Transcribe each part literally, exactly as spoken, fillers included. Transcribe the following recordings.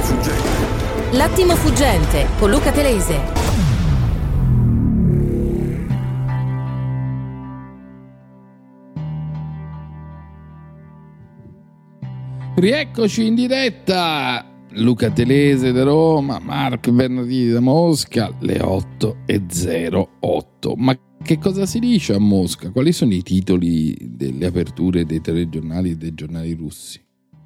fuggente. L'attimo fuggente con Luca Telese. Rieccoci in diretta. Luca Telese da Roma, Marco Bernardini da Mosca, le otto e zero otto. Ma che cosa si dice a Mosca? Quali sono i titoli delle aperture dei telegiornali e dei giornali russi?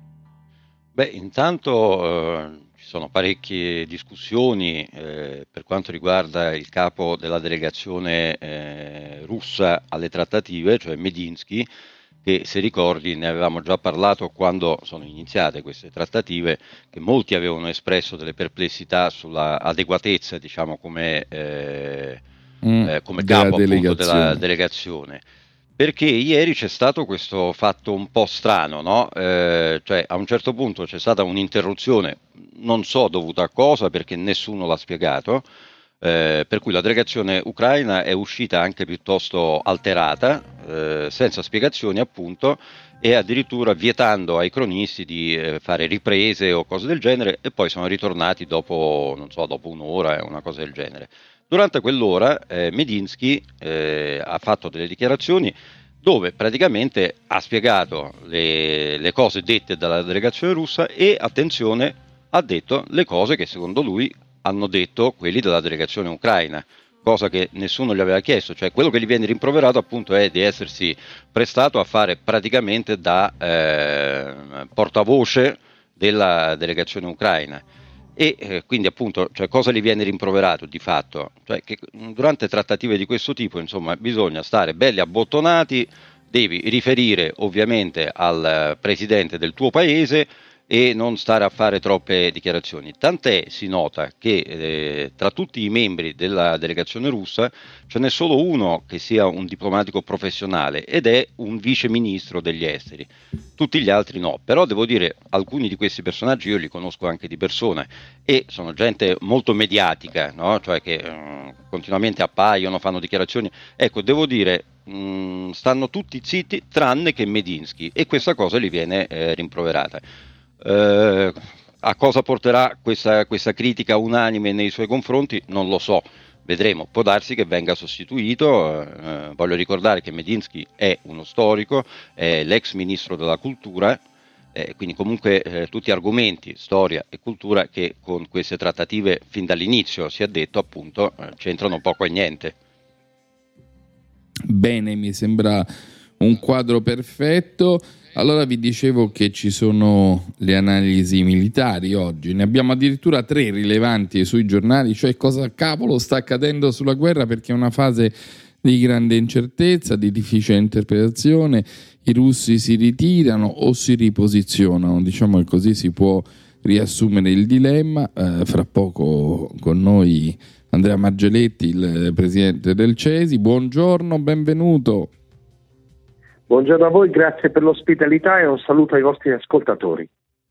Beh, intanto eh, ci sono parecchie discussioni eh, per quanto riguarda il capo della delegazione eh, russa alle trattative, cioè Medinsky, che se ricordi ne avevamo già parlato quando sono iniziate queste trattative, che molti avevano espresso delle perplessità sulla adeguatezza, diciamo, come, eh, mm, eh, come della capo appunto delegazione. della delegazione. Perché ieri c'è stato questo fatto un po' strano, no? Eh, cioè a un certo punto c'è stata un'interruzione, non so dovuta a cosa, perché nessuno l'ha spiegato, eh, per cui la delegazione ucraina è uscita anche piuttosto alterata, eh, senza spiegazioni appunto, e addirittura vietando ai cronisti di eh, fare riprese o cose del genere, e poi sono ritornati dopo, non so, dopo un'ora, una cosa del genere. Durante quell'ora eh, Medinsky eh, ha fatto delle dichiarazioni dove praticamente ha spiegato le, le cose dette dalla delegazione russa e, attenzione, ha detto le cose che secondo lui hanno detto quelli della delegazione ucraina, cosa che nessuno gli aveva chiesto, cioè quello che gli viene rimproverato appunto è di essersi prestato a fare praticamente da eh, portavoce della delegazione ucraina. E eh, quindi appunto, cioè, cosa gli viene rimproverato di fatto? Cioè che durante trattative di questo tipo, insomma, bisogna stare belli abbottonati, devi riferire ovviamente al eh, presidente del tuo paese e non stare a fare troppe dichiarazioni. Tant'è, si nota che eh, tra tutti i membri della delegazione russa ce n'è solo uno che sia un diplomatico professionale ed è un vice ministro degli esteri. Tutti gli altri no, però devo dire, alcuni di questi personaggi io li conosco anche di persona e sono gente molto mediatica, no? Cioè che eh, continuamente appaiono, fanno dichiarazioni. Ecco, devo dire, mh, stanno tutti zitti tranne che Medinsky, e questa cosa gli viene eh, rimproverata. Eh, a cosa porterà questa, questa critica unanime nei suoi confronti? Non lo so. Vedremo, può darsi che venga sostituito, eh, voglio ricordare che Medinsky è uno storico, è l'ex ministro della cultura, eh, quindi comunque eh, tutti argomenti, storia e cultura, che con queste trattative fin dall'inizio, si è detto appunto, eh, c'entrano poco e niente. Bene, mi sembra un quadro perfetto. Allora vi dicevo che ci sono le analisi militari oggi, ne abbiamo addirittura tre rilevanti sui giornali, cioè cosa cavolo sta accadendo sulla guerra, perché è una fase di grande incertezza, di difficile interpretazione, i russi si ritirano o si riposizionano, diciamo che così si può riassumere il dilemma. Eh, fra poco con noi Andrea Margeletti, il presidente del CESI. Buongiorno, benvenuto. Buongiorno a voi, grazie per l'ospitalità e un saluto ai vostri ascoltatori.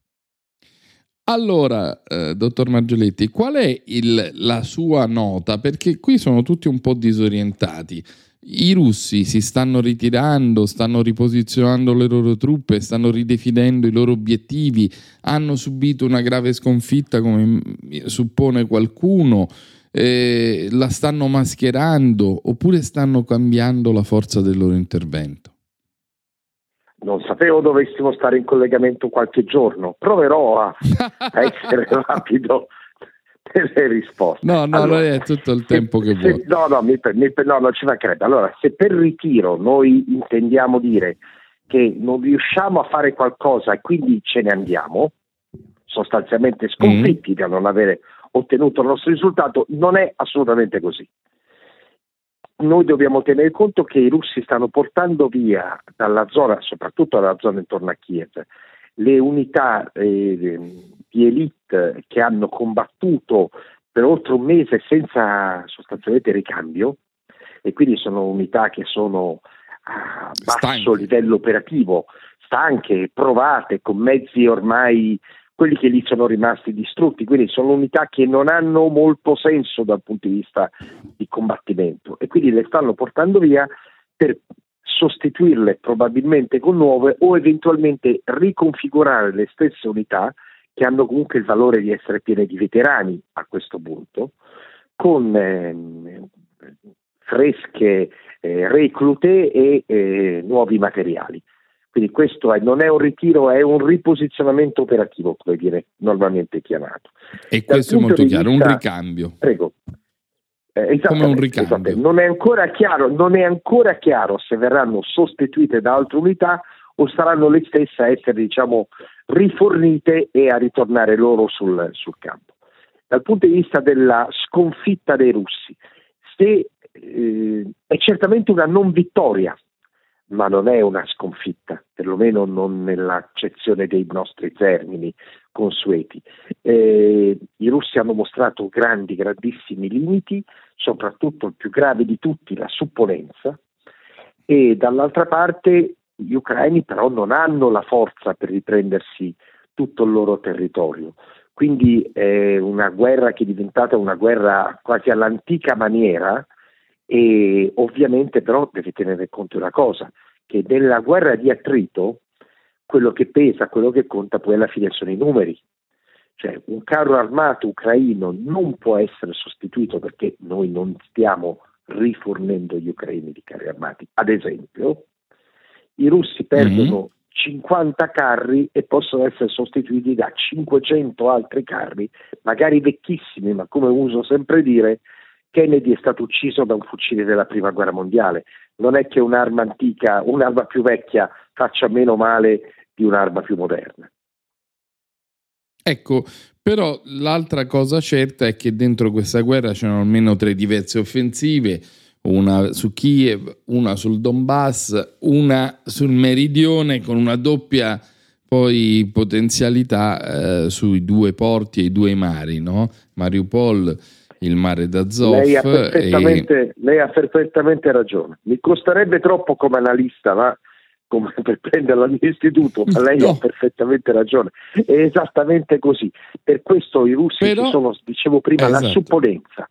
Allora, eh, dottor Margeletti, qual è il, la sua nota? Perché qui sono tutti un po' disorientati. I russi si stanno ritirando, stanno riposizionando le loro truppe, stanno ridefinendo i loro obiettivi, hanno subito una grave sconfitta, come suppone qualcuno, eh, la stanno mascherando oppure stanno cambiando la forza del loro intervento? Non sapevo dovessimo stare in collegamento qualche giorno, proverò a, a essere rapido nelle risposte. No, no, allora, è tutto il tempo se, che se, vuoi. No, no, mi, mi, no, non ci mancherebbe. Allora, se per ritiro noi intendiamo dire che non riusciamo a fare qualcosa e quindi ce ne andiamo, sostanzialmente sconfitti mm. da non avere ottenuto il nostro risultato, non è assolutamente così. Noi dobbiamo tenere conto che i russi stanno portando via dalla zona, soprattutto dalla zona intorno a Kiev, le unità eh, di elite che hanno combattuto per oltre un mese senza sostanzialmente ricambio, e quindi sono unità che sono a basso stanche. livello operativo, stanche, provate, con mezzi ormai quelli che lì sono rimasti distrutti, quindi sono unità che non hanno molto senso dal punto di vista di combattimento e quindi le stanno portando via per sostituirle probabilmente con nuove o eventualmente riconfigurare le stesse unità che hanno comunque il valore di essere piene di veterani a questo punto, con eh, fresche eh, reclute e eh, nuovi materiali. Quindi questo è, non è un ritiro, è un riposizionamento operativo, come viene normalmente chiamato. E questo è molto chiaro, vista, un ricambio. Prego. Eh, Come un ricambio. Non è ancora chiaro, non è ancora chiaro se verranno sostituite da altre unità o saranno le stesse a essere, diciamo, rifornite e a ritornare loro sul, sul campo. Dal punto di vista della sconfitta dei russi, se, eh, è certamente una non vittoria, ma non è una sconfitta, perlomeno non nell'accezione dei nostri termini consueti. Eh, I russi hanno mostrato grandi, grandissimi limiti, soprattutto il più grave di tutti, la supponenza, e dall'altra parte gli ucraini però non hanno la forza per riprendersi tutto il loro territorio. Quindi è una guerra che è diventata una guerra quasi all'antica maniera, e ovviamente però deve tenere conto di una cosa, che nella guerra di attrito quello che pesa, quello che conta poi alla fine sono i numeri. Cioè un carro armato ucraino non può essere sostituito, perché noi non stiamo rifornendo gli ucraini di carri armati. Ad esempio, i russi perdono mm-hmm. cinquanta carri e possono essere sostituiti da cinquecento altri carri, magari vecchissimi, ma come uso sempre dire, Kennedy è stato ucciso da un fucile della prima guerra mondiale. Non è che un'arma antica, un'arma più vecchia faccia meno male di un'arma più moderna. Ecco, però l'altra cosa certa è che dentro questa guerra c'erano almeno tre diverse offensive, una su Kiev, una sul Donbass, una sul meridione, con una doppia poi potenzialità eh, sui due porti e i due mari, no? Mariupol, il mare d'Azov. Lei ha perfettamente, e... lei ha perfettamente ragione. Mi costerebbe troppo come analista, ma come per prenderla all'istituto, ma lei no. ha perfettamente ragione. È esattamente così. Per questo i russi Però... ci sono, dicevo prima, esatto. la supponenza.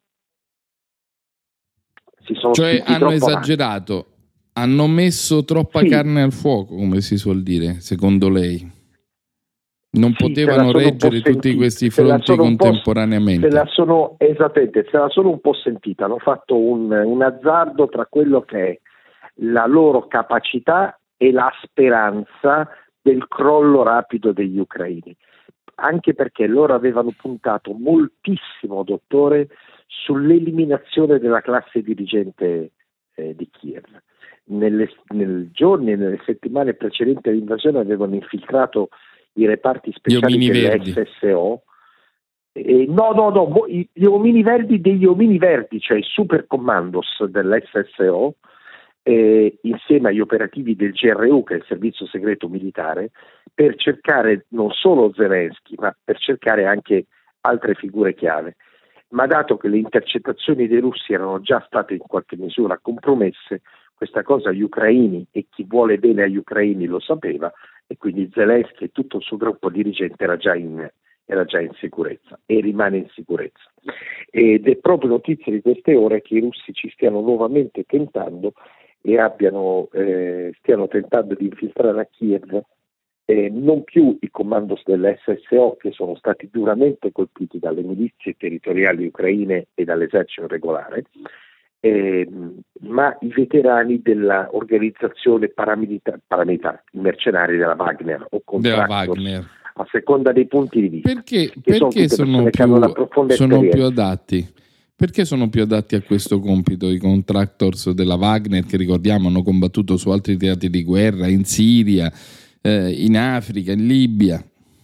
Si sono cioè hanno esagerato, avanti. Hanno messo troppa sì. carne al fuoco, come si suol dire, secondo lei? Non sì, potevano reggere tutti questi fronti contemporaneamente. Se la sono, esattamente, se la sono un po' sentita, hanno fatto un, un azzardo tra quello che è la loro capacità e la speranza del crollo rapido degli ucraini, anche perché loro avevano puntato moltissimo, dottore, sull'eliminazione della classe dirigente eh, di Kiev. Nelle, nei giorni e nelle settimane precedenti all'invasione avevano infiltrato i reparti speciali dell'S S O. E no, no, no, gli omini verdi degli omini verdi, cioè i super commandos dell'S S O, eh, insieme agli operativi del G R U, che è il servizio segreto militare, per cercare non solo Zelensky, ma per cercare anche altre figure chiave. Ma dato che le intercettazioni dei russi erano già state in qualche misura compromesse, questa cosa gli ucraini e chi vuole bene agli ucraini lo sapeva, e quindi Zelensky e tutto il suo gruppo dirigente era già in, era già in sicurezza e rimane in sicurezza. Ed è proprio notizia di queste ore che i russi ci stiano nuovamente tentando e abbiano, eh, stiano tentando di infiltrare a Kiev eh, non più i commandos dell'S S O, che sono stati duramente colpiti dalle milizie territoriali ucraine e dall'esercito regolare, Eh, ma i veterani dell'organizzazione paramilitare, paramilitare, i mercenari della Wagner o Wagner, a seconda dei punti di vista. Perché, perché sono, più, sono più adatti? Perché sono più adatti a questo compito i contractors della Wagner, che ricordiamo hanno combattuto su altri teatri di guerra, in Siria, eh, in Africa, in Libia?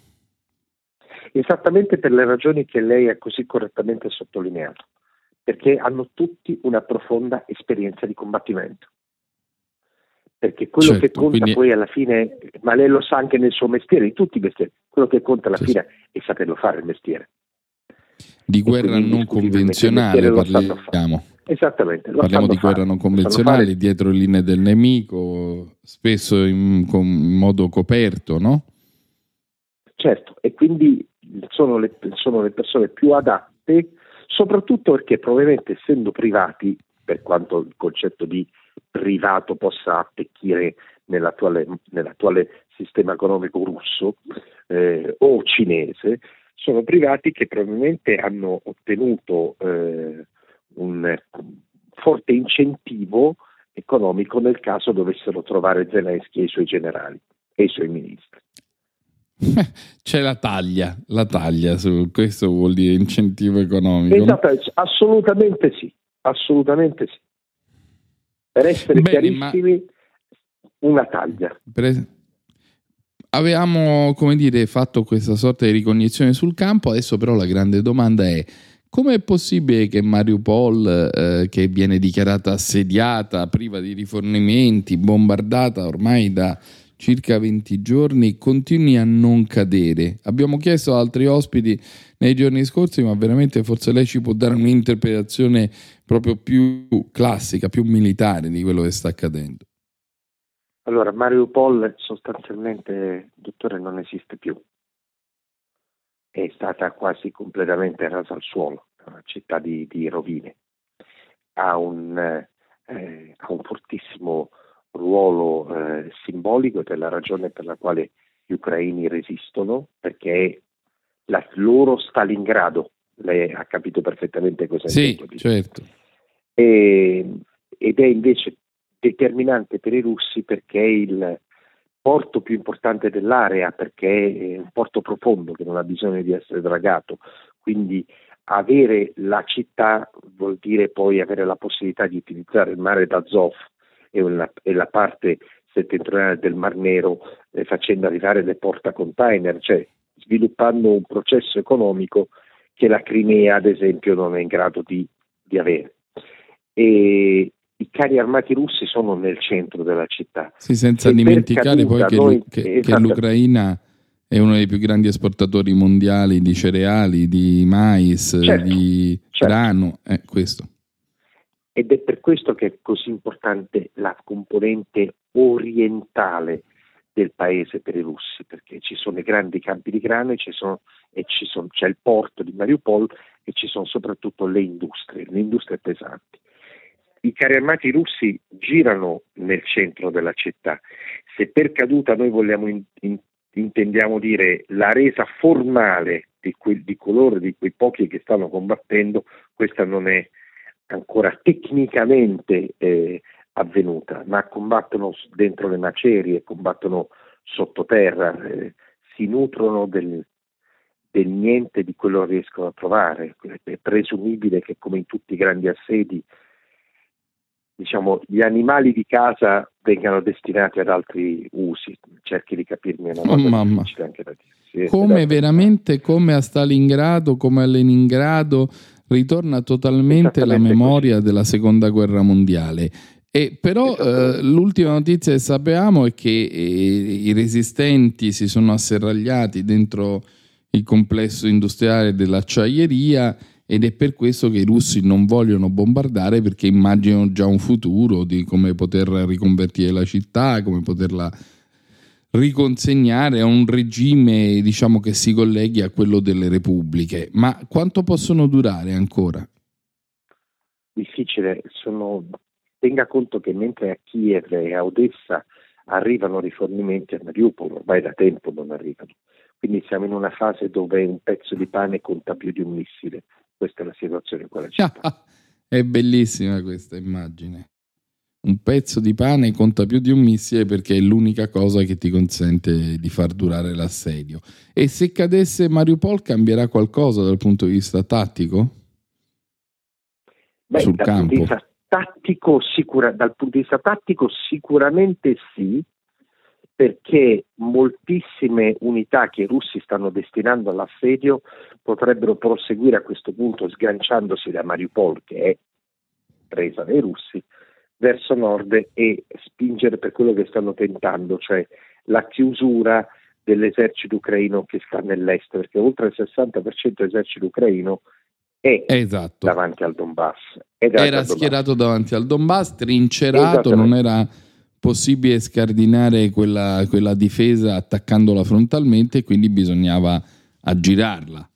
Esattamente per le ragioni che lei ha così correttamente sottolineato. Perché hanno tutti una profonda esperienza di combattimento. Perché quello certo, che conta quindi... poi alla fine, ma lei lo sa anche nel suo mestiere, in tutti i mestieri, quello che conta alla sì, fine sì. è saperlo fare il mestiere. Di guerra non convenzionale parliamo. Esattamente. Parliamo di fare. guerra non convenzionale, dietro le linee del nemico, spesso in, in modo coperto, no? Certo, e quindi sono le, sono le persone più adatte, soprattutto perché probabilmente essendo privati, per quanto il concetto di privato possa attecchire nell'attuale, nell'attuale sistema economico russo, eh, o cinese, sono privati che probabilmente hanno ottenuto eh, un forte incentivo economico nel caso dovessero trovare Zelensky e i suoi generali e i suoi ministri. C'è la taglia, la taglia su questo vuol dire incentivo economico. Esatto, assolutamente sì, assolutamente sì. Per essere Bene, chiarissimi, ma... una taglia. Pre... Avevamo, come dire, fatto questa sorta di ricognizione sul campo, adesso però la grande domanda è: come è possibile che Mariupol, eh, che viene dichiarata assediata, priva di rifornimenti, bombardata ormai da circa venti giorni, continui a non cadere? Abbiamo chiesto ad altri ospiti nei giorni scorsi, ma veramente forse lei ci può dare un'interpretazione proprio più classica, più militare di quello che sta accadendo. Allora, Mariupol sostanzialmente, dottore, non esiste più. È stata quasi completamente rasa al suolo, è una città di, di rovine. Ha un, eh, ha un fortissimo ruolo eh, simbolico, ed è la ragione per la quale gli ucraini resistono, perché è la loro Stalingrado. Lei ha capito perfettamente cosa sì, intendo dire. Certo. E, ed è invece determinante per i russi perché è il porto più importante dell'area, perché è un porto profondo che non ha bisogno di essere dragato, quindi avere la città vuol dire poi avere la possibilità di utilizzare il mare d'Azov e la, e la parte settentrionale del Mar Nero, eh, facendo arrivare le portacontainer, cioè sviluppando un processo economico che la Crimea, ad esempio, non è in grado di, di avere. E i carri armati russi sono nel centro della città. Sì, senza Se dimenticare caduta, poi che, noi, che, che l'Ucraina è uno dei più grandi esportatori mondiali di cereali, di mais, certo, di certo. grano, è questo. Ed è per questo che è così importante la componente orientale del paese per i russi, perché ci sono i grandi campi di grano e, ci sono, e ci sono, c'è il porto di Mariupol e ci sono soprattutto le industrie, le industrie pesanti. I carri armati russi girano nel centro della città. Se per caduta noi vogliamo in, in, intendiamo dire la resa formale di, quel, di coloro, di quei pochi che stanno combattendo, questa non è ancora tecnicamente eh, avvenuta, ma combattono dentro le macerie, combattono sottoterra, eh, si nutrono del, del niente di quello che riescono a trovare. È presumibile che, come in tutti i grandi assedi, diciamo, gli animali di casa vengano destinati ad altri usi. Cerchi di capirmi una oh, mamma. Anche da dire. Sì, come veramente, come a Stalingrado, come a Leningrado, ritorna totalmente la memoria così. Della seconda guerra mondiale. E però eh, l'ultima notizia che sappiamo è che eh, i resistenti si sono asserragliati dentro il complesso industriale dell'acciaieria, ed è per questo che i russi non vogliono bombardare, perché immaginano già un futuro di come poter riconvertire la città, come poterla riconsegnare a un regime, diciamo, che si colleghi a quello delle repubbliche. Ma quanto possono durare ancora? Difficile. Sono... Tenga conto che mentre a Kiev e a Odessa arrivano rifornimenti, a Mariupol ormai da tempo non arrivano. Quindi siamo in una fase dove un pezzo di pane conta più di un missile. Questa è la situazione in quella città. È bellissima questa immagine. Un pezzo di pane conta più di un missile, perché è l'unica cosa che ti consente di far durare l'assedio. E se cadesse Mariupol, cambierà qualcosa dal punto di vista tattico? Beh, sul dal campo? Punto di vista tattico, sicura, dal punto di vista tattico sicuramente sì, perché moltissime unità che i russi stanno destinando all'assedio potrebbero proseguire a questo punto, sganciandosi da Mariupol, che è presa dai russi, verso nord, e spingere per quello che stanno tentando, cioè la chiusura dell'esercito ucraino che sta nell'est, perché oltre il sessanta per cento dell'esercito ucraino è esatto. davanti al Donbass. È davanti era al Donbass. schierato davanti al Donbass, trincerato, non era possibile scardinare quella, quella difesa attaccandola frontalmente, quindi bisognava aggirarla.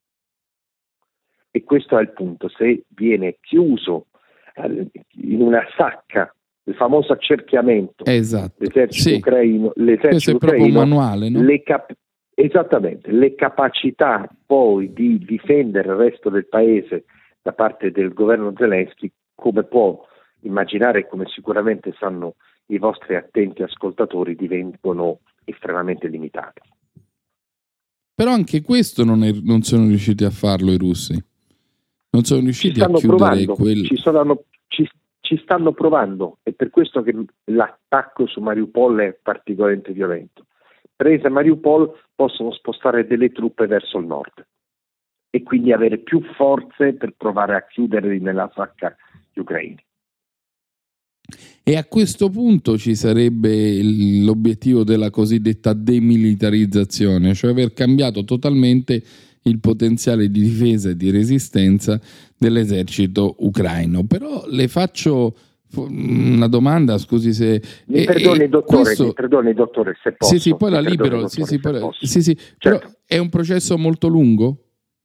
E questo è il punto: se viene chiuso eh, in una sacca, il famoso accerchiamento, esatto. l'esercito sì. ucraino, l'esercito questo è proprio ucraino, un manuale, no? le cap- Esattamente, le capacità poi di difendere il resto del paese da parte del governo Zelensky, come può immaginare e come sicuramente sanno i vostri attenti ascoltatori, diventano estremamente limitate. Però anche questo non, è, non sono riusciti a farlo i russi. Non sono riusciti a chiudere provando, quel... ci, sono, ci, ci stanno provando, è per questo che l'attacco su Mariupol è particolarmente violento. Presa Mariupol possono spostare delle truppe verso il nord e quindi avere più forze per provare a chiudere nella sacca gli ucraini. E a questo punto ci sarebbe l'obiettivo della cosiddetta demilitarizzazione, cioè aver cambiato totalmente il potenziale di difesa e di resistenza dell'esercito ucraino. Però le faccio una domanda, scusi se... Mi perdoni, eh, dottore, questo... mi perdoni, dottore, se posso. Sì, sì, poi la perdoni, libero, dottore, sì, sì, poi la... sì, sì. Certo. Però è un processo molto lungo?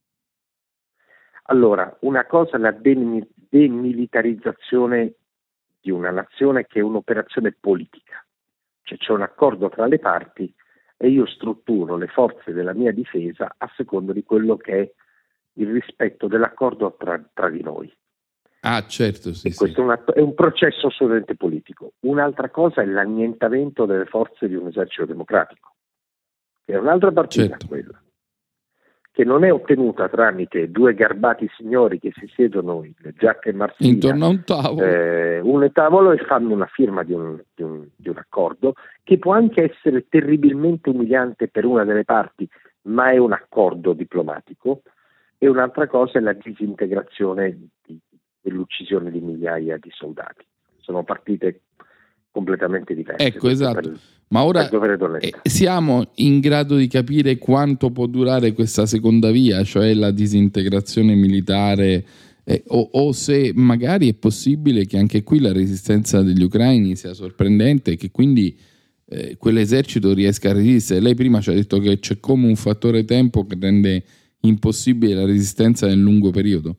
Allora, una cosa è la demilitarizzazione di una nazione, che è un'operazione politica, cioè c'è un accordo tra le parti e io strutturo le forze della mia difesa a seconda di quello che è il rispetto dell'accordo tra, tra di noi. Ah, certo, sì, e questo sì. È, un atto, è un processo assolutamente politico. Un'altra cosa è l'annientamento delle forze di un esercito democratico, che è un'altra partita, certo. Quella che non è ottenuta tramite due garbati signori che si siedono in giacca e marsina intorno a un tavolo, eh, un tavolo e fanno una firma di un, di, un, di un accordo che può anche essere terribilmente umiliante per una delle parti, ma è un accordo diplomatico. E un'altra cosa è la disintegrazione di, dell'uccisione di migliaia di soldati. Sono partite completamente diverse. Ecco, esatto. Per, Ma ora eh, siamo in grado di capire quanto può durare questa seconda via, cioè la disintegrazione militare, eh, o, o se magari è possibile che anche qui la resistenza degli ucraini sia sorprendente e che quindi eh, quell'esercito riesca a resistere. Lei prima ci ha detto che c'è come un fattore tempo che rende impossibile la resistenza nel lungo periodo.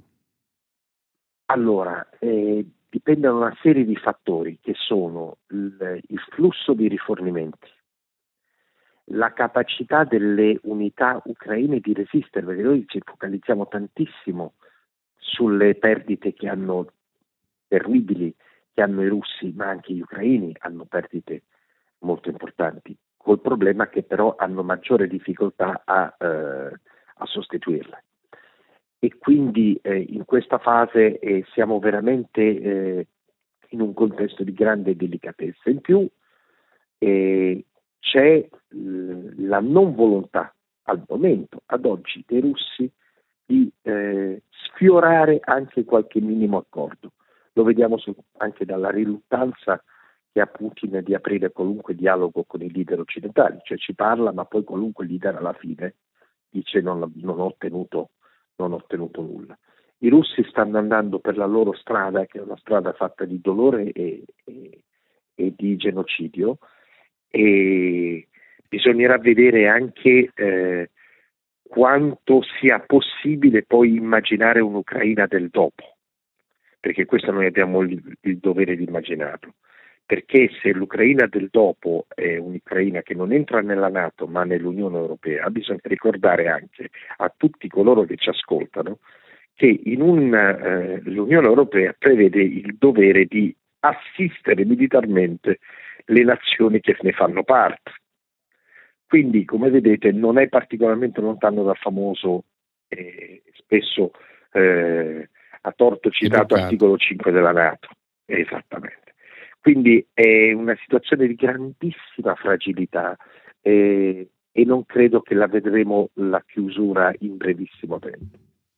Allora, eh, dipende da una serie di fattori che sono il, il flusso di rifornimenti, la capacità delle unità ucraine di resistere, perché noi ci focalizziamo tantissimo sulle perdite che hanno terribili, che hanno i russi, ma anche gli ucraini hanno perdite molto importanti, col problema che però hanno maggiore difficoltà a, eh, a sostituirle. E quindi eh, in questa fase eh, siamo veramente eh, in un contesto di grande delicatezza. In più eh, c'è l- la non volontà al momento, ad oggi, dei russi di eh, sfiorare anche qualche minimo accordo. Lo vediamo su, anche dalla riluttanza che ha Putin di aprire qualunque dialogo con i leader occidentali, cioè ci parla, ma poi qualunque leader alla fine dice non, non ho ottenuto non ho ottenuto nulla. I russi stanno andando per la loro strada, che è una strada fatta di dolore e, e, e di genocidio, e bisognerà vedere anche eh, quanto sia possibile poi immaginare un'Ucraina del dopo, perché questo noi abbiamo il, il dovere di immaginarlo. Perché se l'Ucraina del dopo è un'Ucraina che non entra nella NATO ma nell'Unione Europea, bisogna ricordare anche a tutti coloro che ci ascoltano che in un, eh, l'Unione Europea prevede il dovere di assistere militarmente le nazioni che ne fanno parte. Quindi, come vedete, non è particolarmente lontano dal famoso, eh, spesso eh, a torto citato articolo cinque della NATO. Esattamente. Quindi è una situazione di grandissima fragilità eh, e non credo che la vedremo la chiusura in brevissimo tempo.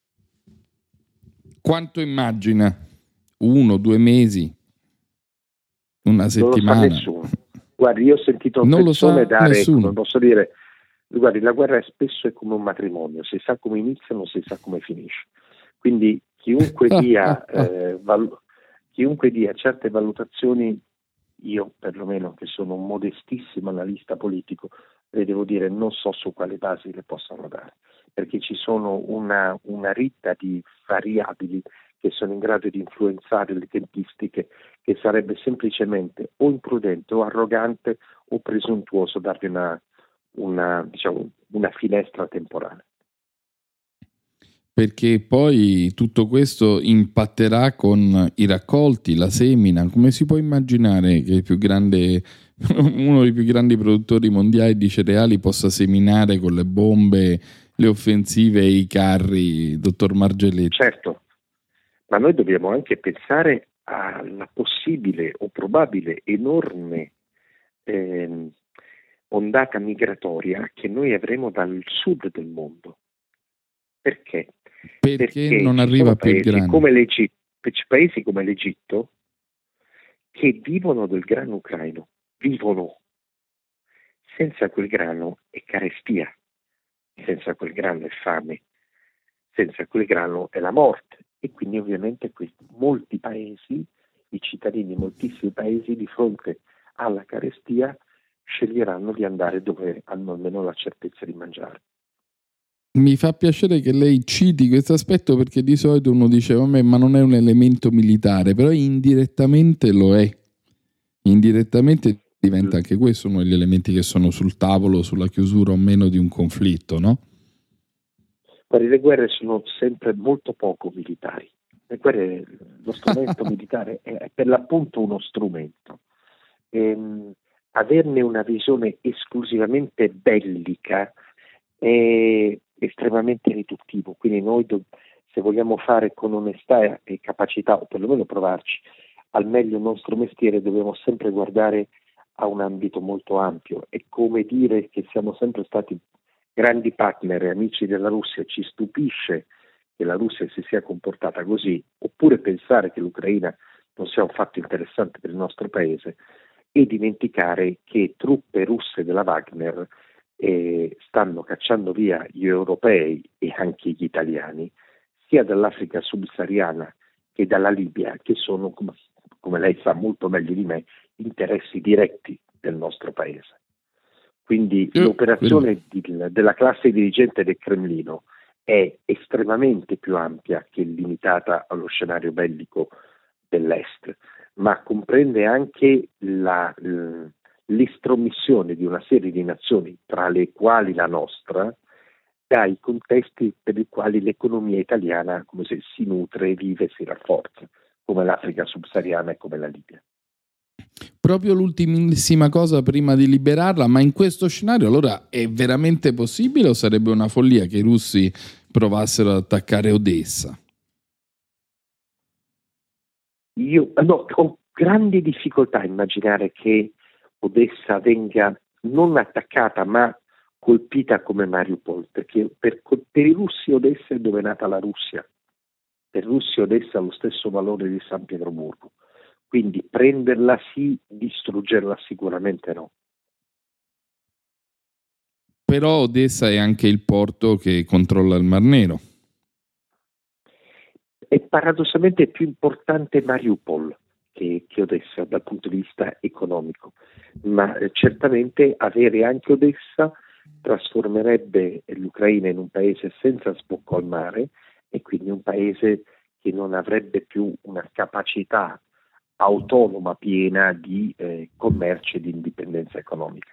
Quanto immagina? Uno, due mesi? Una settimana? Non lo sa nessuno. Guardi, io ho sentito non persone dare, nessuno. come posso dire, guardi, la guerra è spesso è come un matrimonio, si sa come inizia, non si sa come finisce. Quindi chiunque dia eh, val- Chiunque dia certe valutazioni, io perlomeno che sono un modestissimo analista politico, le devo dire non so su quale basi le possano dare, perché ci sono una, una ritta di variabili che sono in grado di influenzare le tempistiche, che sarebbe semplicemente o imprudente o arrogante o presuntuoso darvi una, una, diciamo, una finestra temporale. Perché poi tutto questo impatterà con i raccolti, la semina. Come si può immaginare che il più grande, uno dei più grandi produttori mondiali di cereali possa seminare con le bombe, le offensive e i carri, dottor Margelletti? Certo, ma noi dobbiamo anche pensare alla possibile o probabile enorme eh, ondata migratoria che noi avremo dal sud del mondo. Perché? Perché, Perché non arriva più il grano? Come l'Egitto, paesi come l'Egitto che vivono del grano ucraino, vivono. Senza quel grano è carestia, senza quel grano è fame, senza quel grano è la morte. E quindi ovviamente questi, molti paesi, i cittadini di moltissimi paesi di fronte alla carestia sceglieranno di andare dove hanno almeno la certezza di mangiare. Mi fa piacere che lei citi questo aspetto, perché di solito uno dice vabbè, ma non è un elemento militare, però indirettamente lo è. Indirettamente diventa anche questo uno degli elementi che sono sul tavolo sulla chiusura o meno di un conflitto, no? Guardi, le guerre sono sempre molto poco militari. Le guerre, lo strumento militare è, è per l'appunto uno strumento. Ehm, averne una visione esclusivamente bellica è estremamente riduttivo, quindi noi do- se vogliamo fare con onestà e capacità, o perlomeno provarci al meglio il nostro mestiere, dobbiamo sempre guardare a un ambito molto ampio. È come dire che siamo sempre stati grandi partner e amici della Russia, ci stupisce che la Russia si sia comportata così, oppure pensare che l'Ucraina non sia un fatto interessante per il nostro paese e dimenticare che truppe russe della Wagner eh, stanno cacciando via gli europei e anche gli italiani, sia dall'Africa subsahariana che dalla Libia, che sono, come, come lei sa molto meglio di me, interessi diretti del nostro paese. Quindi eh, l'operazione di, della classe dirigente del Cremlino è estremamente più ampia che limitata allo scenario bellico dell'Est, ma comprende anche la, l'estromissione di una serie di nazioni, tra le quali la nostra, dai contesti per i quali l'economia italiana come se si nutre, vive e si rafforza, come l'Africa subsahariana e come la Libia. Proprio l'ultimissima cosa prima di liberarla, ma in questo scenario allora è veramente possibile o sarebbe una follia che i russi provassero ad attaccare Odessa? Io no, ho grandi difficoltà a immaginare che Odessa venga non attaccata ma colpita come Mariupol, perché per, per i russi Odessa è dove è nata la Russia, per i russi Odessa ha lo stesso valore di San Pietroburgo. Quindi prenderla sì, distruggerla sicuramente no. Però Odessa è anche il porto che controlla il Mar Nero. È paradossalmente più importante Mariupol che, che Odessa dal punto di vista economico, ma eh, certamente avere anche Odessa trasformerebbe l'Ucraina in un paese senza sbocco al mare e quindi un paese che non avrebbe più una capacità autonoma piena di eh, commercio e di indipendenza economica.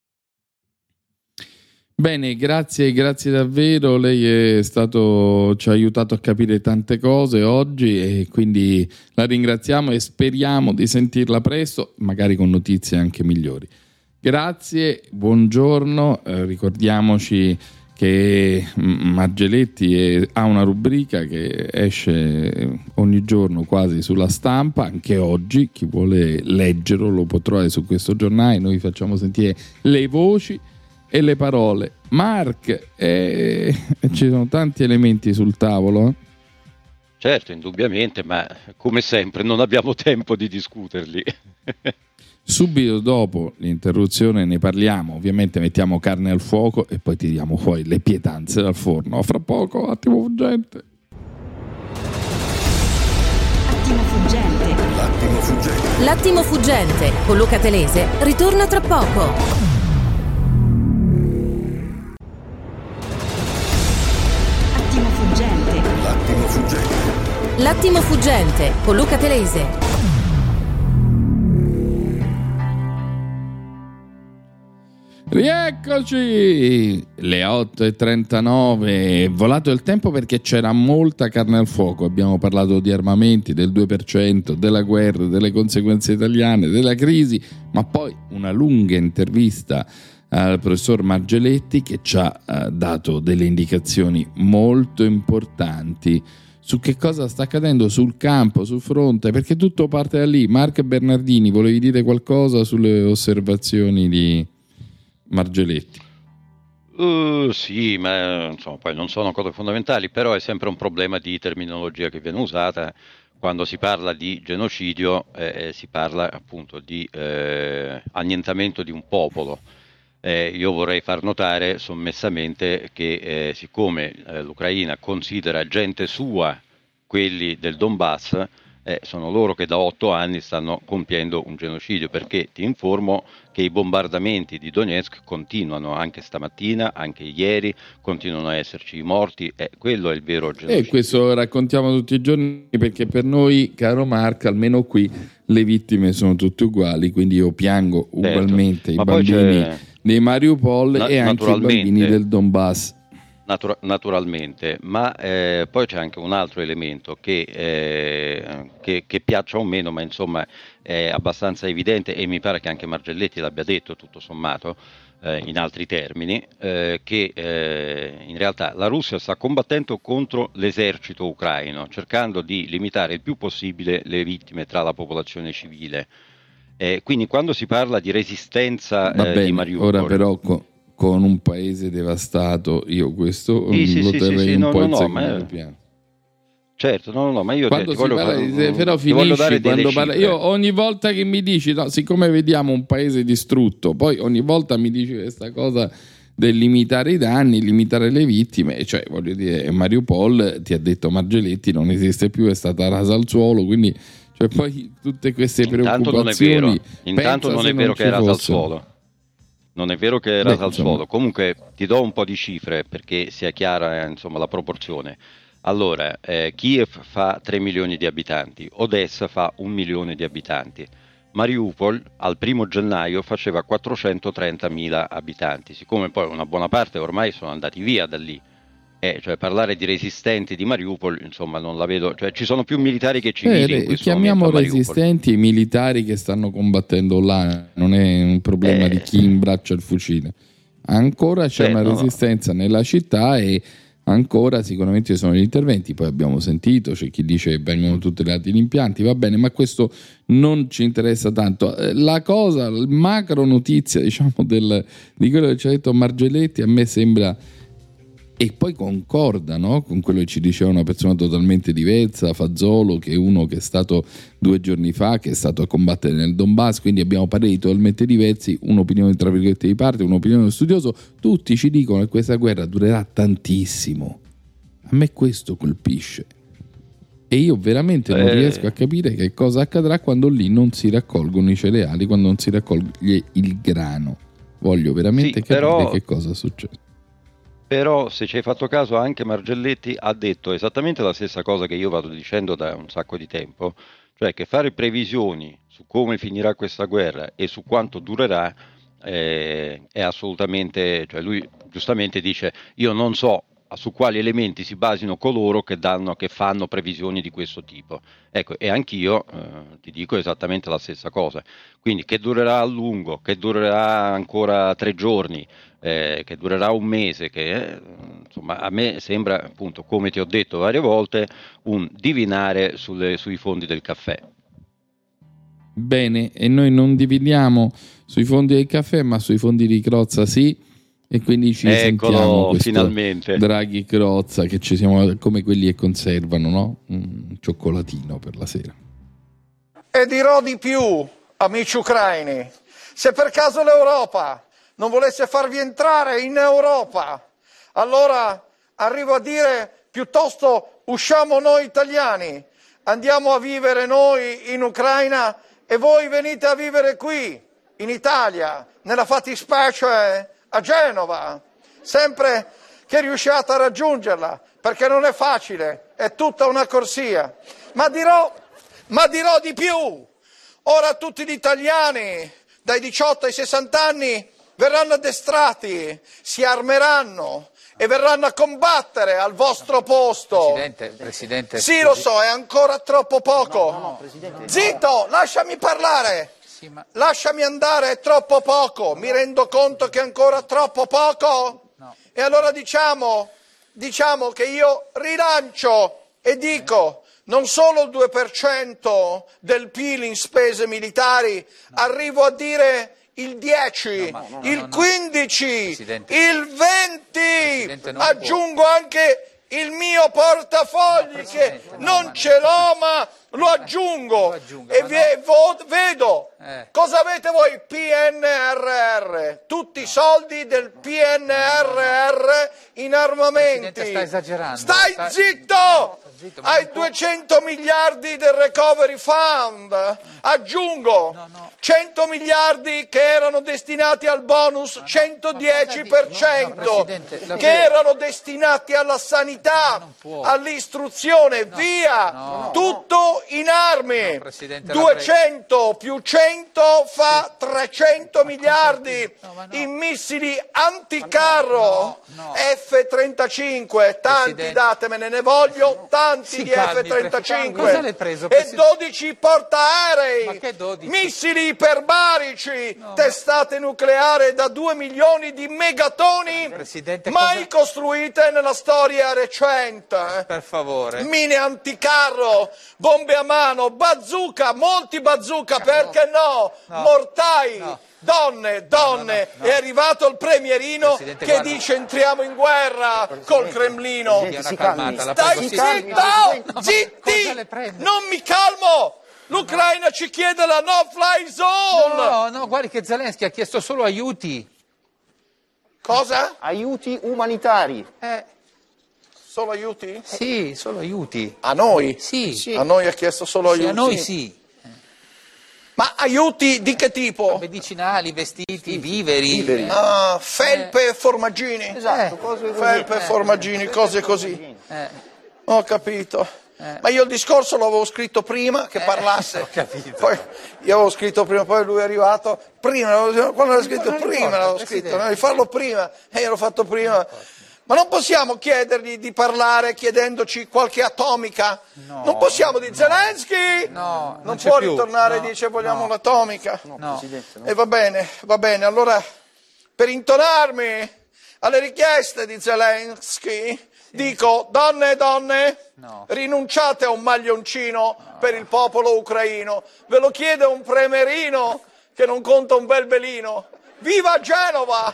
Bene, grazie, grazie davvero, lei è stato, ci ha aiutato a capire tante cose oggi e quindi la ringraziamo e speriamo di sentirla presto, magari con notizie anche migliori. Grazie, buongiorno, eh, ricordiamoci che Margelletti è, ha una rubrica che esce ogni giorno quasi sulla Stampa, anche oggi, chi vuole leggerlo lo può trovare su questo giornale, noi facciamo sentire le voci e le parole. Mark, eh, ci sono tanti elementi sul tavolo. Eh? Certo, indubbiamente, ma come sempre non abbiamo tempo di discuterli. Subito dopo l'interruzione ne parliamo, ovviamente mettiamo carne al fuoco e poi tiriamo fuori le pietanze dal forno. Fra poco, attimo fuggente. Attimo fuggente. L'attimo fuggente. L'attimo fuggente con Luca Telese ritorna tra poco. Attimo fuggente. L'attimo fuggente. L'attimo fuggente con Luca Telese. Rieccoci! Le otto e trentanove, è volato il tempo perché c'era molta carne al fuoco. Abbiamo parlato di armamenti, del due per cento, della guerra, delle conseguenze italiane, della crisi, ma poi una lunga intervista al professor Margeletti che ci ha eh, dato delle indicazioni molto importanti su che cosa sta accadendo sul campo, sul fronte, perché tutto parte da lì. Marco Bernardini, volevi dire qualcosa sulle osservazioni di Margeletti? Uh, sì, ma insomma, poi non sono cose fondamentali, però è sempre un problema di terminologia che viene usata. Quando si parla di genocidio eh, si parla appunto di eh, annientamento di un popolo. Eh, io vorrei far notare sommessamente che eh, siccome eh, l'Ucraina considera gente sua quelli del Donbass, eh, sono loro che da otto anni stanno compiendo un genocidio, perché ti informo che i bombardamenti di Donetsk continuano anche stamattina, anche ieri, continuano a esserci i morti, e quello è il vero genocidio. E questo lo raccontiamo tutti i giorni, perché per noi, caro Marco, almeno qui le vittime sono tutte uguali, quindi io piango ugualmente certo. i bambini di Mariupol Na- e anche i bambini del Donbass. Natura- naturalmente, ma eh, poi c'è anche un altro elemento che, eh, che, che piaccia o meno, ma insomma è abbastanza evidente, e mi pare che anche Margelletti l'abbia detto tutto sommato eh, in altri termini, eh, che eh, in realtà la Russia sta combattendo contro l'esercito ucraino, cercando di limitare il più possibile le vittime tra la popolazione civile. Eh, quindi quando si parla di resistenza Va eh, bene, di Mariupol, ora però co- con un paese devastato, io questo sì, sì, lo sì, terrei sì, sì, un no, po' no, in no, secondo ma... piano. Certo, no, no, no, ma io quando ti, si voglio parla fare, di, però ti voglio dare finisci quando delle parla, cifre. io ogni volta che mi dici no, siccome vediamo un paese distrutto, poi ogni volta mi dici questa cosa del limitare i danni, limitare le vittime, cioè voglio dire, Mariupol, ti ha detto Margeletti, non esiste più, è stata rasa al suolo, quindi cioè, poi tutte queste Intanto preoccupazioni, non è vero, intanto non è vero che era rasa al suolo. Non è vero che era al suolo. Comunque ti do un po' di cifre perché sia chiara eh, insomma, la proporzione. Allora, eh, Kiev fa tre milioni di abitanti, Odessa fa un milione di abitanti, Mariupol al primo gennaio faceva quattrocentotrentamila abitanti, siccome poi una buona parte ormai sono andati via da lì. Eh, cioè parlare di resistenti di Mariupol, insomma, non la vedo, cioè ci sono più militari che civili. Eh, in questo chiamiamo momento resistenti i militari che stanno combattendo là, non è un problema eh, di chi imbraccia il fucile. Ancora c'è eh, una no. resistenza nella città e ancora sicuramente ci sono gli interventi. Poi abbiamo sentito, c'è chi dice che vengono tutelati gli impianti, va bene, ma questo non ci interessa tanto. La cosa, il macro notizia, diciamo, del, di quello che ci ha detto Margeletti, a me sembra, e poi concorda, no? Con quello che ci diceva una persona totalmente diversa, Fazzolo, che è uno che è stato due giorni fa, che è stato a combattere nel Donbass, quindi abbiamo pareri totalmente diversi, un'opinione tra virgolette di parte, un'opinione studioso, tutti ci dicono che questa guerra durerà tantissimo. A me questo colpisce e io veramente non eh. riesco a capire che cosa accadrà quando lì non si raccolgono i cereali, quando non si raccoglie il grano. Voglio veramente sì, capire però... che cosa succede. Però se ci hai fatto caso anche Margelletti ha detto esattamente la stessa cosa che io vado dicendo da un sacco di tempo, cioè che fare previsioni su come finirà questa guerra e su quanto durerà eh, è assolutamente, cioè lui giustamente dice io non so su quali elementi si basino coloro che, danno, che fanno previsioni di questo tipo. Ecco, e anch'io eh, ti dico esattamente la stessa cosa. Quindi che durerà a lungo, che durerà ancora tre giorni, eh, che durerà un mese, che eh, insomma a me sembra, appunto, come ti ho detto varie volte, un divinare sulle, sui fondi del caffè. Bene, e noi non dividiamo sui fondi del caffè, ma sui fondi di Crozza sì. E quindi ci Eccolo, sentiamo questo finalmente. Draghi Crozza, che ci siamo come quelli che conservano, no? Un cioccolatino per la sera. E dirò di più, amici ucraini, se per caso l'Europa non volesse farvi entrare in Europa, allora arrivo a dire piuttosto usciamo noi italiani, andiamo a vivere noi in Ucraina e voi venite a vivere qui, in Italia, nella fattispecie a Genova, sempre che riusciate a raggiungerla, perché non è facile, è tutta una corsia. Ma dirò, ma dirò di più, ora tutti gli italiani dai diciotto ai sessanta anni verranno addestrati, si armeranno e verranno a combattere al vostro posto. Presidente, Presidente. Sì, lo so, è ancora troppo poco. No, no, Presidente. Zitto, lasciami parlare. Sì, ma... Lasciami andare, è troppo poco. Mi rendo conto che è ancora troppo poco. No. E allora diciamo, diciamo che io rilancio e dico, non solo il due per cento del P I L in spese militari, arrivo a dire il dieci, No, no, no, il no, no. quindici, Presidente. il venti, Presidente, non aggiungo anche il mio portafogli No, che Presidente, no, non ma- ce l'ho ma lo aggiungo, Lo aggiunga, e ma ve- vo- vedo Eh. cosa avete voi, P N R R, tutti i soldi del P N R R in armamenti. Presidente, sta esagerando. Stai Sta- zitto! No, zitto, ma Hai non può- duecento miliardi del recovery fund, aggiungo No, no. cento miliardi che erano destinati al bonus centodieci per cento, No, no, Presidente, la- che erano destinati alla sanità, non può. all'istruzione, via, no, tutto in armi. No, Presidente, la duecento più cento fa trecento miliardi No, ma no. in missili anticarro, No, no. F trentacinque, tanti Presidente. datemene, ne voglio tanti Si di calmi, F trentacinque Cosa l'hai preso, e Presidente? dodici portaerei, Ma che dodici? missili iperbarici, testate nucleari da due milioni di megatoni Presidente, mai cosa- costruite nella storia recente. Per favore. Mine anticarro, bombe a mano, bazooka, molti bazooka, perché no? No. Mortai, No. donne, donne. no, no. È arrivato il premierino Presidente, che guarda. dice entriamo in guerra col Cremlino. Dia una si calmata, calmi. la Stai prego. si Sì, calmi, zitto! Presidente. ma Zitti! cosa le prende? Non mi calmo! L'Ucraina ci chiede la no-fly zone! No, no, guardi che Zelensky ha chiesto solo aiuti. Cosa? Aiuti umanitari. Eh, Solo aiuti? sì, solo aiuti. A noi? Sì, Sì. A noi ha chiesto solo Sì, aiuti? a noi sì. Ma aiuti di che tipo? Medicinali, vestiti, viveri. Viveri. Eh, Ah, felpe e formaggini? Esatto, Eh. cose così. Felpe e formaggini, cose così. eh, Ho capito. Ma io il discorso l'avevo scritto prima che parlasse. ho capito. Poi io avevo scritto prima, poi lui è arrivato. Prima, l'avevo- quando l'avevo scritto Non prima, importa, l'avevo Presidente. scritto, no, di farlo prima, e io l'ho fatto prima. Ma non possiamo chiedergli di parlare chiedendoci qualche atomica? No, non possiamo dire Zelensky! No, non non c'è può più. ritornare No, e dice vogliamo no. l'atomica. No. Presidente, no. E va bene, va bene. Allora, per intonarmi alle richieste di Zelensky, dico, donne e donne, No. rinunciate a un maglioncino per il popolo ucraino. Ve lo chiede un premerino che non conta un bel belino. Viva Genova!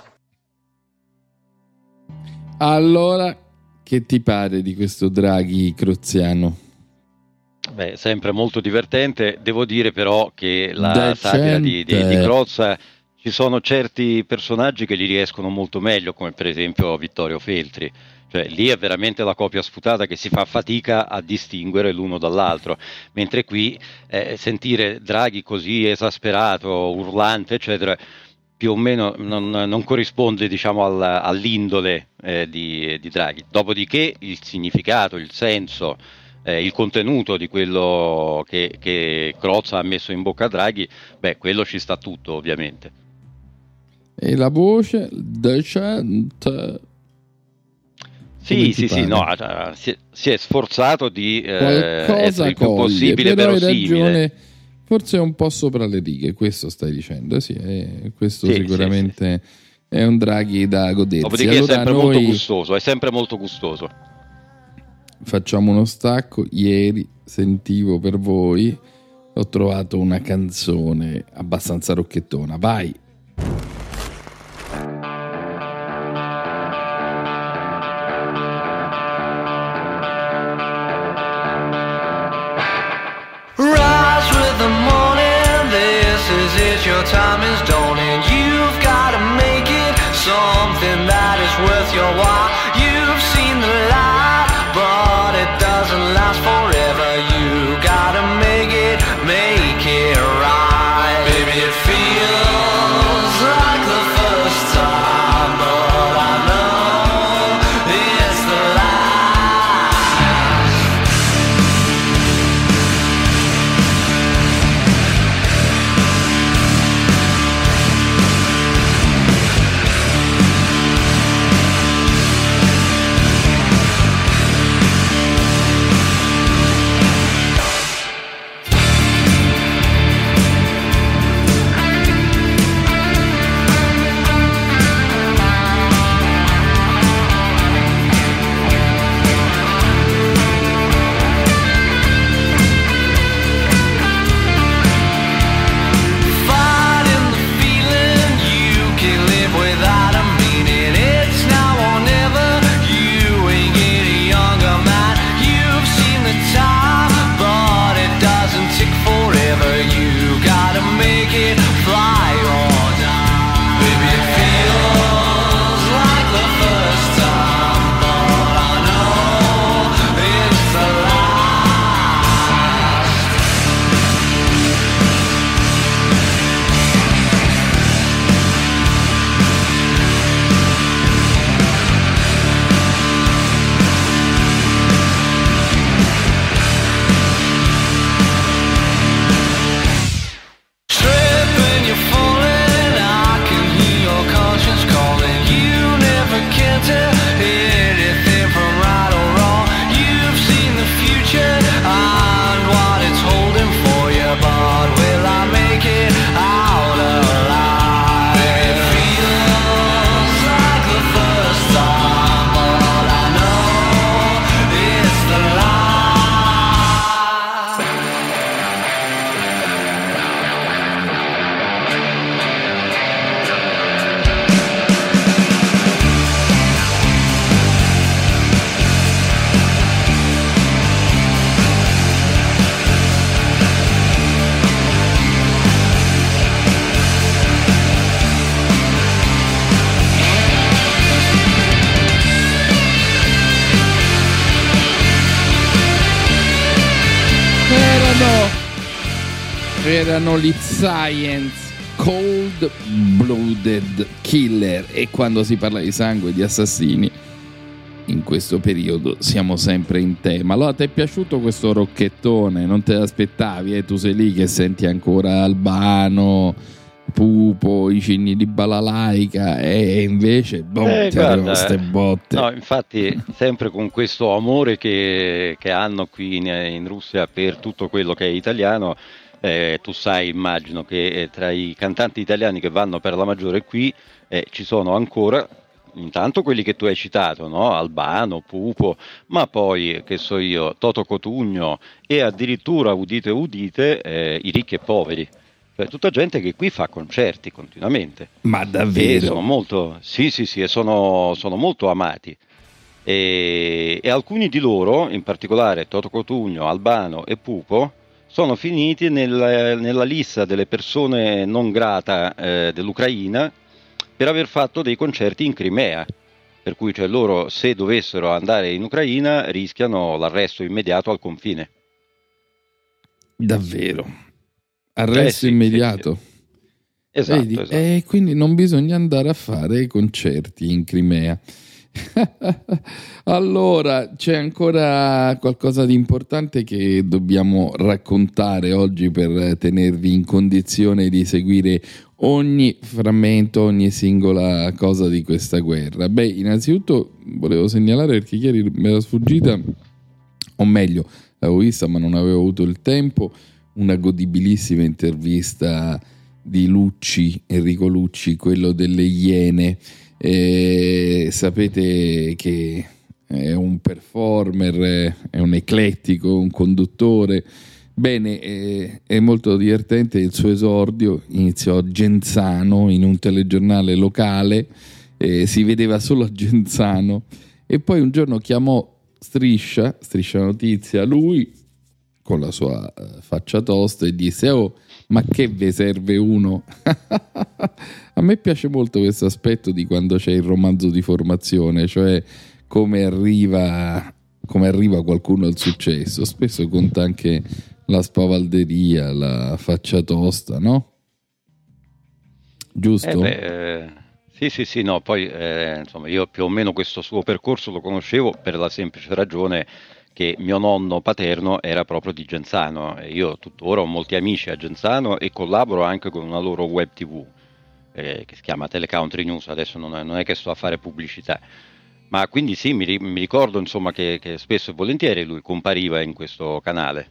Allora, che ti pare di questo Draghi croziano? Beh, sempre molto divertente. Devo dire però che la Decente. satira di, di, di Crozza, ci sono certi personaggi che gli riescono molto meglio, come per esempio Vittorio Feltri. Cioè, lì è veramente la copia sputata che si fa fatica a distinguere l'uno dall'altro, mentre qui eh, sentire Draghi così esasperato, urlante, eccetera, più o meno non, non corrisponde, diciamo, al, all'indole eh, di, di Draghi. Dopodiché il significato, il senso, eh, il contenuto di quello che, che Crozza ha messo in bocca a Draghi, beh, quello ci sta tutto, ovviamente. E la voce decente. Come Sì, ti sì, sì, pare? no, eh, si, è, si è sforzato di eh, Qualcosa essere il più coglie, possibile però hai verosimile. ragione, forse è un po' sopra le righe, questo stai dicendo, sì, eh, questo Sì, sicuramente è un Draghi da godersi. Dopodiché Allora è sempre molto noi gustoso, è sempre molto gustoso. facciamo uno stacco. Ieri sentivo per voi, ho trovato una canzone abbastanza rocchettona, vai! Rise with the morning, this is it, your time is dawning. You've gotta make it something that is worth your while. You've seen the light, but it doesn't last forever. You gotta make it, make it right. Baby, it feels like the first time, but I know it's the last. Erano gli Science, Cold Blooded Killer. E quando si parla di sangue, di assassini, in questo periodo siamo sempre in tema. Allora, ti è piaciuto questo rocchettone? Non te l'aspettavi, eh? Tu sei lì che senti ancora Albano, Pupo, i cigni di Balalaica, e invece boh, Eh, ti arrivano guarda, ste botte. No, infatti, sempre con questo amore che, che hanno qui in, in Russia per tutto quello che è italiano, eh, tu sai, immagino che eh, tra i cantanti italiani che vanno per la maggiore qui eh, ci sono ancora intanto quelli che tu hai citato, no? Albano, Pupo, ma poi, che so io, Toto Cotugno e addirittura, udite udite, eh, i ricchi e poveri. Cioè, tutta gente che qui fa concerti continuamente. Ma E davvero? sono molto, sì, sì, sì, e sono, sono molto amati. E, e alcuni di loro, in particolare Toto Cotugno, Albano e Pupo, sono finiti nel- nella lista delle persone non grata eh, dell'Ucraina per aver fatto dei concerti in Crimea. Per cui, cioè, loro, se dovessero andare in Ucraina, rischiano l'arresto immediato al confine. Davvero? Arresto Eh, sì, immediato? sì, sì. Esatto, Vedi? esatto. E quindi non bisogna andare a fare concerti in Crimea. Allora, c'è ancora qualcosa di importante che dobbiamo raccontare oggi per tenervi in condizione di seguire ogni frammento, ogni singola cosa di questa guerra. Beh, innanzitutto volevo segnalare, perché ieri mi era sfuggita, o meglio, l'avevo vista ma non avevo avuto il tempo, una godibilissima intervista di Lucci, Enrico Lucci, quello delle Iene. Eh, sapete che è un performer, è un eclettico, un conduttore. Bene, eh, è molto divertente il suo esordio. Iniziò a Genzano in un telegiornale locale, eh, si vedeva solo a Genzano, e poi un giorno chiamò Striscia, Striscia Notizia, lui con la sua eh, faccia tosta, e disse: oh, ma che ve serve uno? A me piace molto questo aspetto di quando c'è il romanzo di formazione, cioè come arriva, come arriva qualcuno al successo. Spesso conta anche la spavalderia, la faccia tosta, no? Giusto? Eh beh, eh, sì, sì, sì, no, poi eh, insomma, io più o meno questo suo percorso lo conoscevo per la semplice ragione che mio nonno paterno era proprio di Genzano, e io tuttora ho molti amici a Genzano e collaboro anche con una loro web tv eh, che si chiama Telecountry News. Adesso non è, non è che sto a fare pubblicità, ma quindi sì, mi, ri- mi ricordo insomma che, che spesso e volentieri lui compariva in questo canale.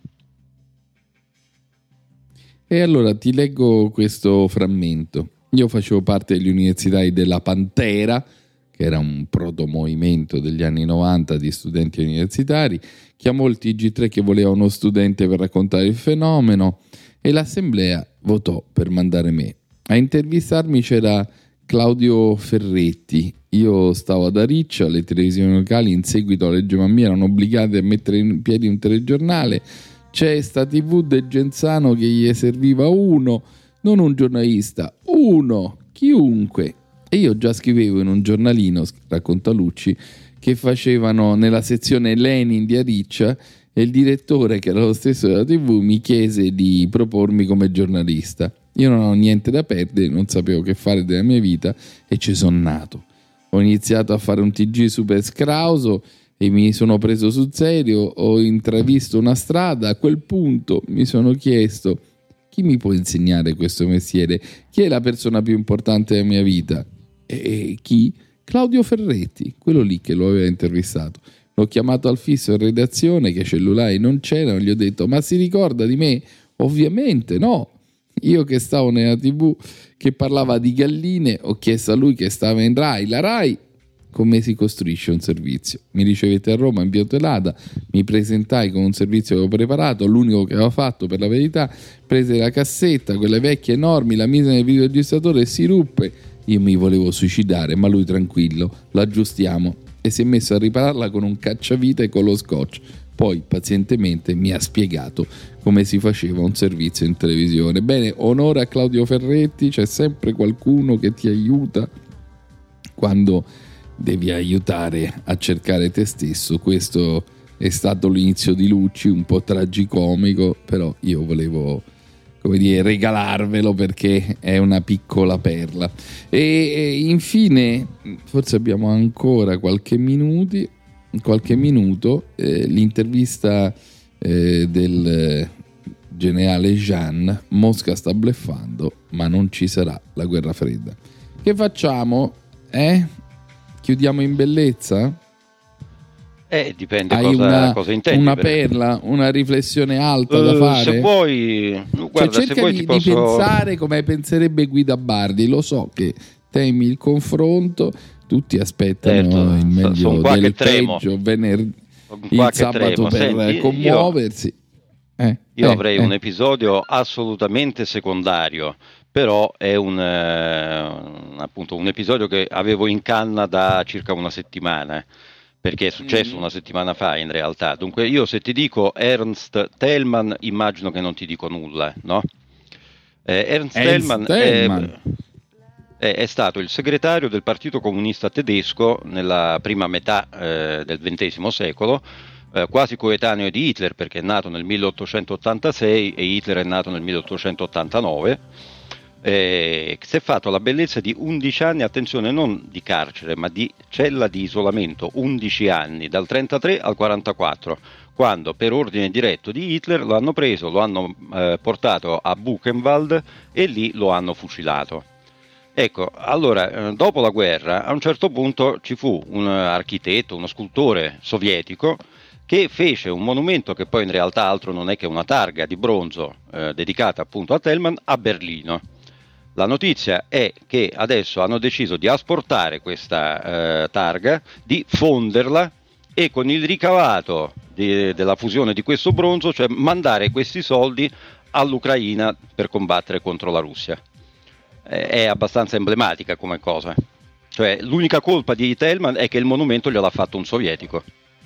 E allora ti leggo questo frammento. Io facevo parte degli universitari della Pantera, che era un protomovimento degli anni novanta di studenti universitari. Chiamò il T G tre che voleva uno studente per raccontare il fenomeno, e l'assemblea votò per mandare me. A intervistarmi c'era Claudio Ferretti. Io stavo ad Ariccia, le televisioni locali in seguito alla legge Mammì erano obbligate a mettere in piedi un telegiornale. C'è sta tivù del Genzano che gli serviva uno, non un giornalista, uno, chiunque. E io già scrivevo in un giornalino, racconta Lucci, che facevano nella sezione Lenin di Ariccia, e il direttore, che era lo stesso della tivù, mi chiese di propormi come giornalista. Io non ho niente da perdere, non sapevo che fare della mia vita, e ci sono nato. Ho iniziato a fare un T G super scrauso e mi sono preso sul serio, ho intravisto una strada. A quel punto mi sono chiesto: chi mi può insegnare questo mestiere? Chi è la persona più importante della mia vita? E chi? Claudio Ferretti, quello lì che lo aveva intervistato. L'ho chiamato al fisso in redazione, che cellulari non c'erano, gli ho detto: ma si ricorda di me? Ovviamente no. Io che stavo nella tivù che parlava di galline, ho chiesto a lui che stava in Rai. La Rai, come si costruisce un servizio? Mi ricevette a Roma in via Telada, mi presentai con un servizio che avevo preparato, l'unico che avevo fatto per la verità. Prese la cassetta, quelle vecchie enormi, la mise nel videoregistratore e si ruppe. Io mi volevo suicidare, ma lui tranquillo, l'aggiustiamo, e si è messo a ripararla con un cacciavite e con lo scotch. Poi pazientemente mi ha spiegato come si faceva un servizio in televisione. Bene, onore a Claudio Ferretti, c'è sempre qualcuno che ti aiuta quando devi aiutare a cercare te stesso. Questo è stato l'inizio di Lucci, un po' tragicomico, però io volevo, come dire, regalarvelo perché è una piccola perla. E, e infine, forse abbiamo ancora qualche minuti, qualche minuto, eh, l'intervista eh, del generale Jean. Mosca sta bluffando, ma non ci sarà la guerra fredda. Che facciamo? Eh? Chiudiamo in bellezza? Eh, dipende Hai cosa, una, cosa intendi. una per... perla, una riflessione alta uh, da fare? Se vuoi, guarda, cioè, cerca se vuoi di, ti posso... di pensare come penserebbe Guida Bardi. Lo so che temi il confronto, tutti aspettano certo, il meglio del tremo. peggio, venerdì, il sabato tremo. per Senti, commuoversi. Io, eh, io eh, avrei eh. un episodio assolutamente secondario, però è un, eh, appunto, un episodio che avevo in canna da circa una settimana, perché è successo mm. una settimana fa in realtà. Dunque io se ti dico Ernst Thälmann immagino che non ti dico nulla, no? Eh, Ernst, Ernst Thälmann, Thälmann. È, è, è stato il segretario del Partito Comunista Tedesco nella prima metà eh, del ventesimo secolo, eh, quasi coetaneo di Hitler perché è nato nel milleottocentottantasei e Hitler è nato nel milleottocentottantanove. Eh, si è fatto la bellezza di undici anni, attenzione, non di carcere ma di cella di isolamento, undici anni, dal trentatré al quarantaquattro, quando per ordine diretto di Hitler lo hanno preso, lo hanno eh, portato a Buchenwald e lì lo hanno fucilato. Ecco, allora, eh, dopo la guerra, a un certo punto ci fu un architetto, uno scultore sovietico che fece un monumento che poi in realtà altro non è che una targa di bronzo eh, dedicata appunto a Thälmann a Berlino. La notizia è che adesso hanno deciso di asportare questa eh, targa, di fonderla e con il ricavato di, della fusione di questo bronzo, cioè mandare questi soldi all'Ucraina per combattere contro la Russia. Eh, è abbastanza emblematica come cosa. Cioè l'unica colpa di Thälmann è che il monumento gliel'ha fatto un sovietico.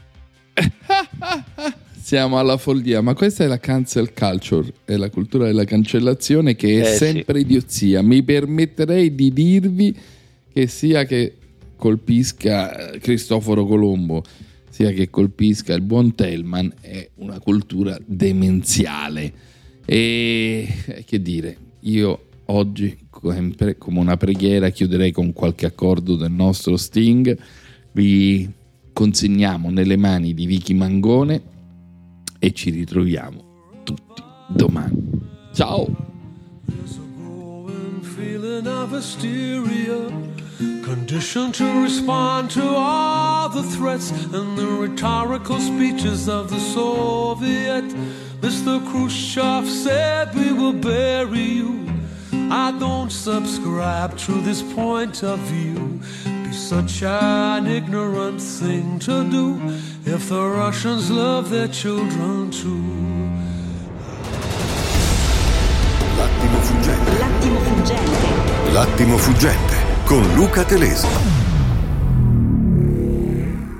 Siamo alla follia, ma questa è la cancel culture, è la cultura della cancellazione che è eh, sempre sì. idiozia. Mi permetterei di dirvi che sia che colpisca Cristoforo Colombo, sia che colpisca il buon Thälmann, è una cultura demenziale. E che dire, io oggi sempre come una preghiera chiuderei con qualche accordo del nostro Sting. Vi consegniamo nelle mani di Vicky Mangone e ci ritroviamo tutti domani. Ciao. There's a growing feeling of hysteria, conditioned to respond to all the threats and the rhetorical speeches of the Soviet. Mister Khrushchev said we will bury you. I don't subscribe to this point of view. Be such an ignorant thing to do if the Russians love their children too. L'attimo fuggente. L'attimo fuggente. L'attimo fuggente con Luca Telesi.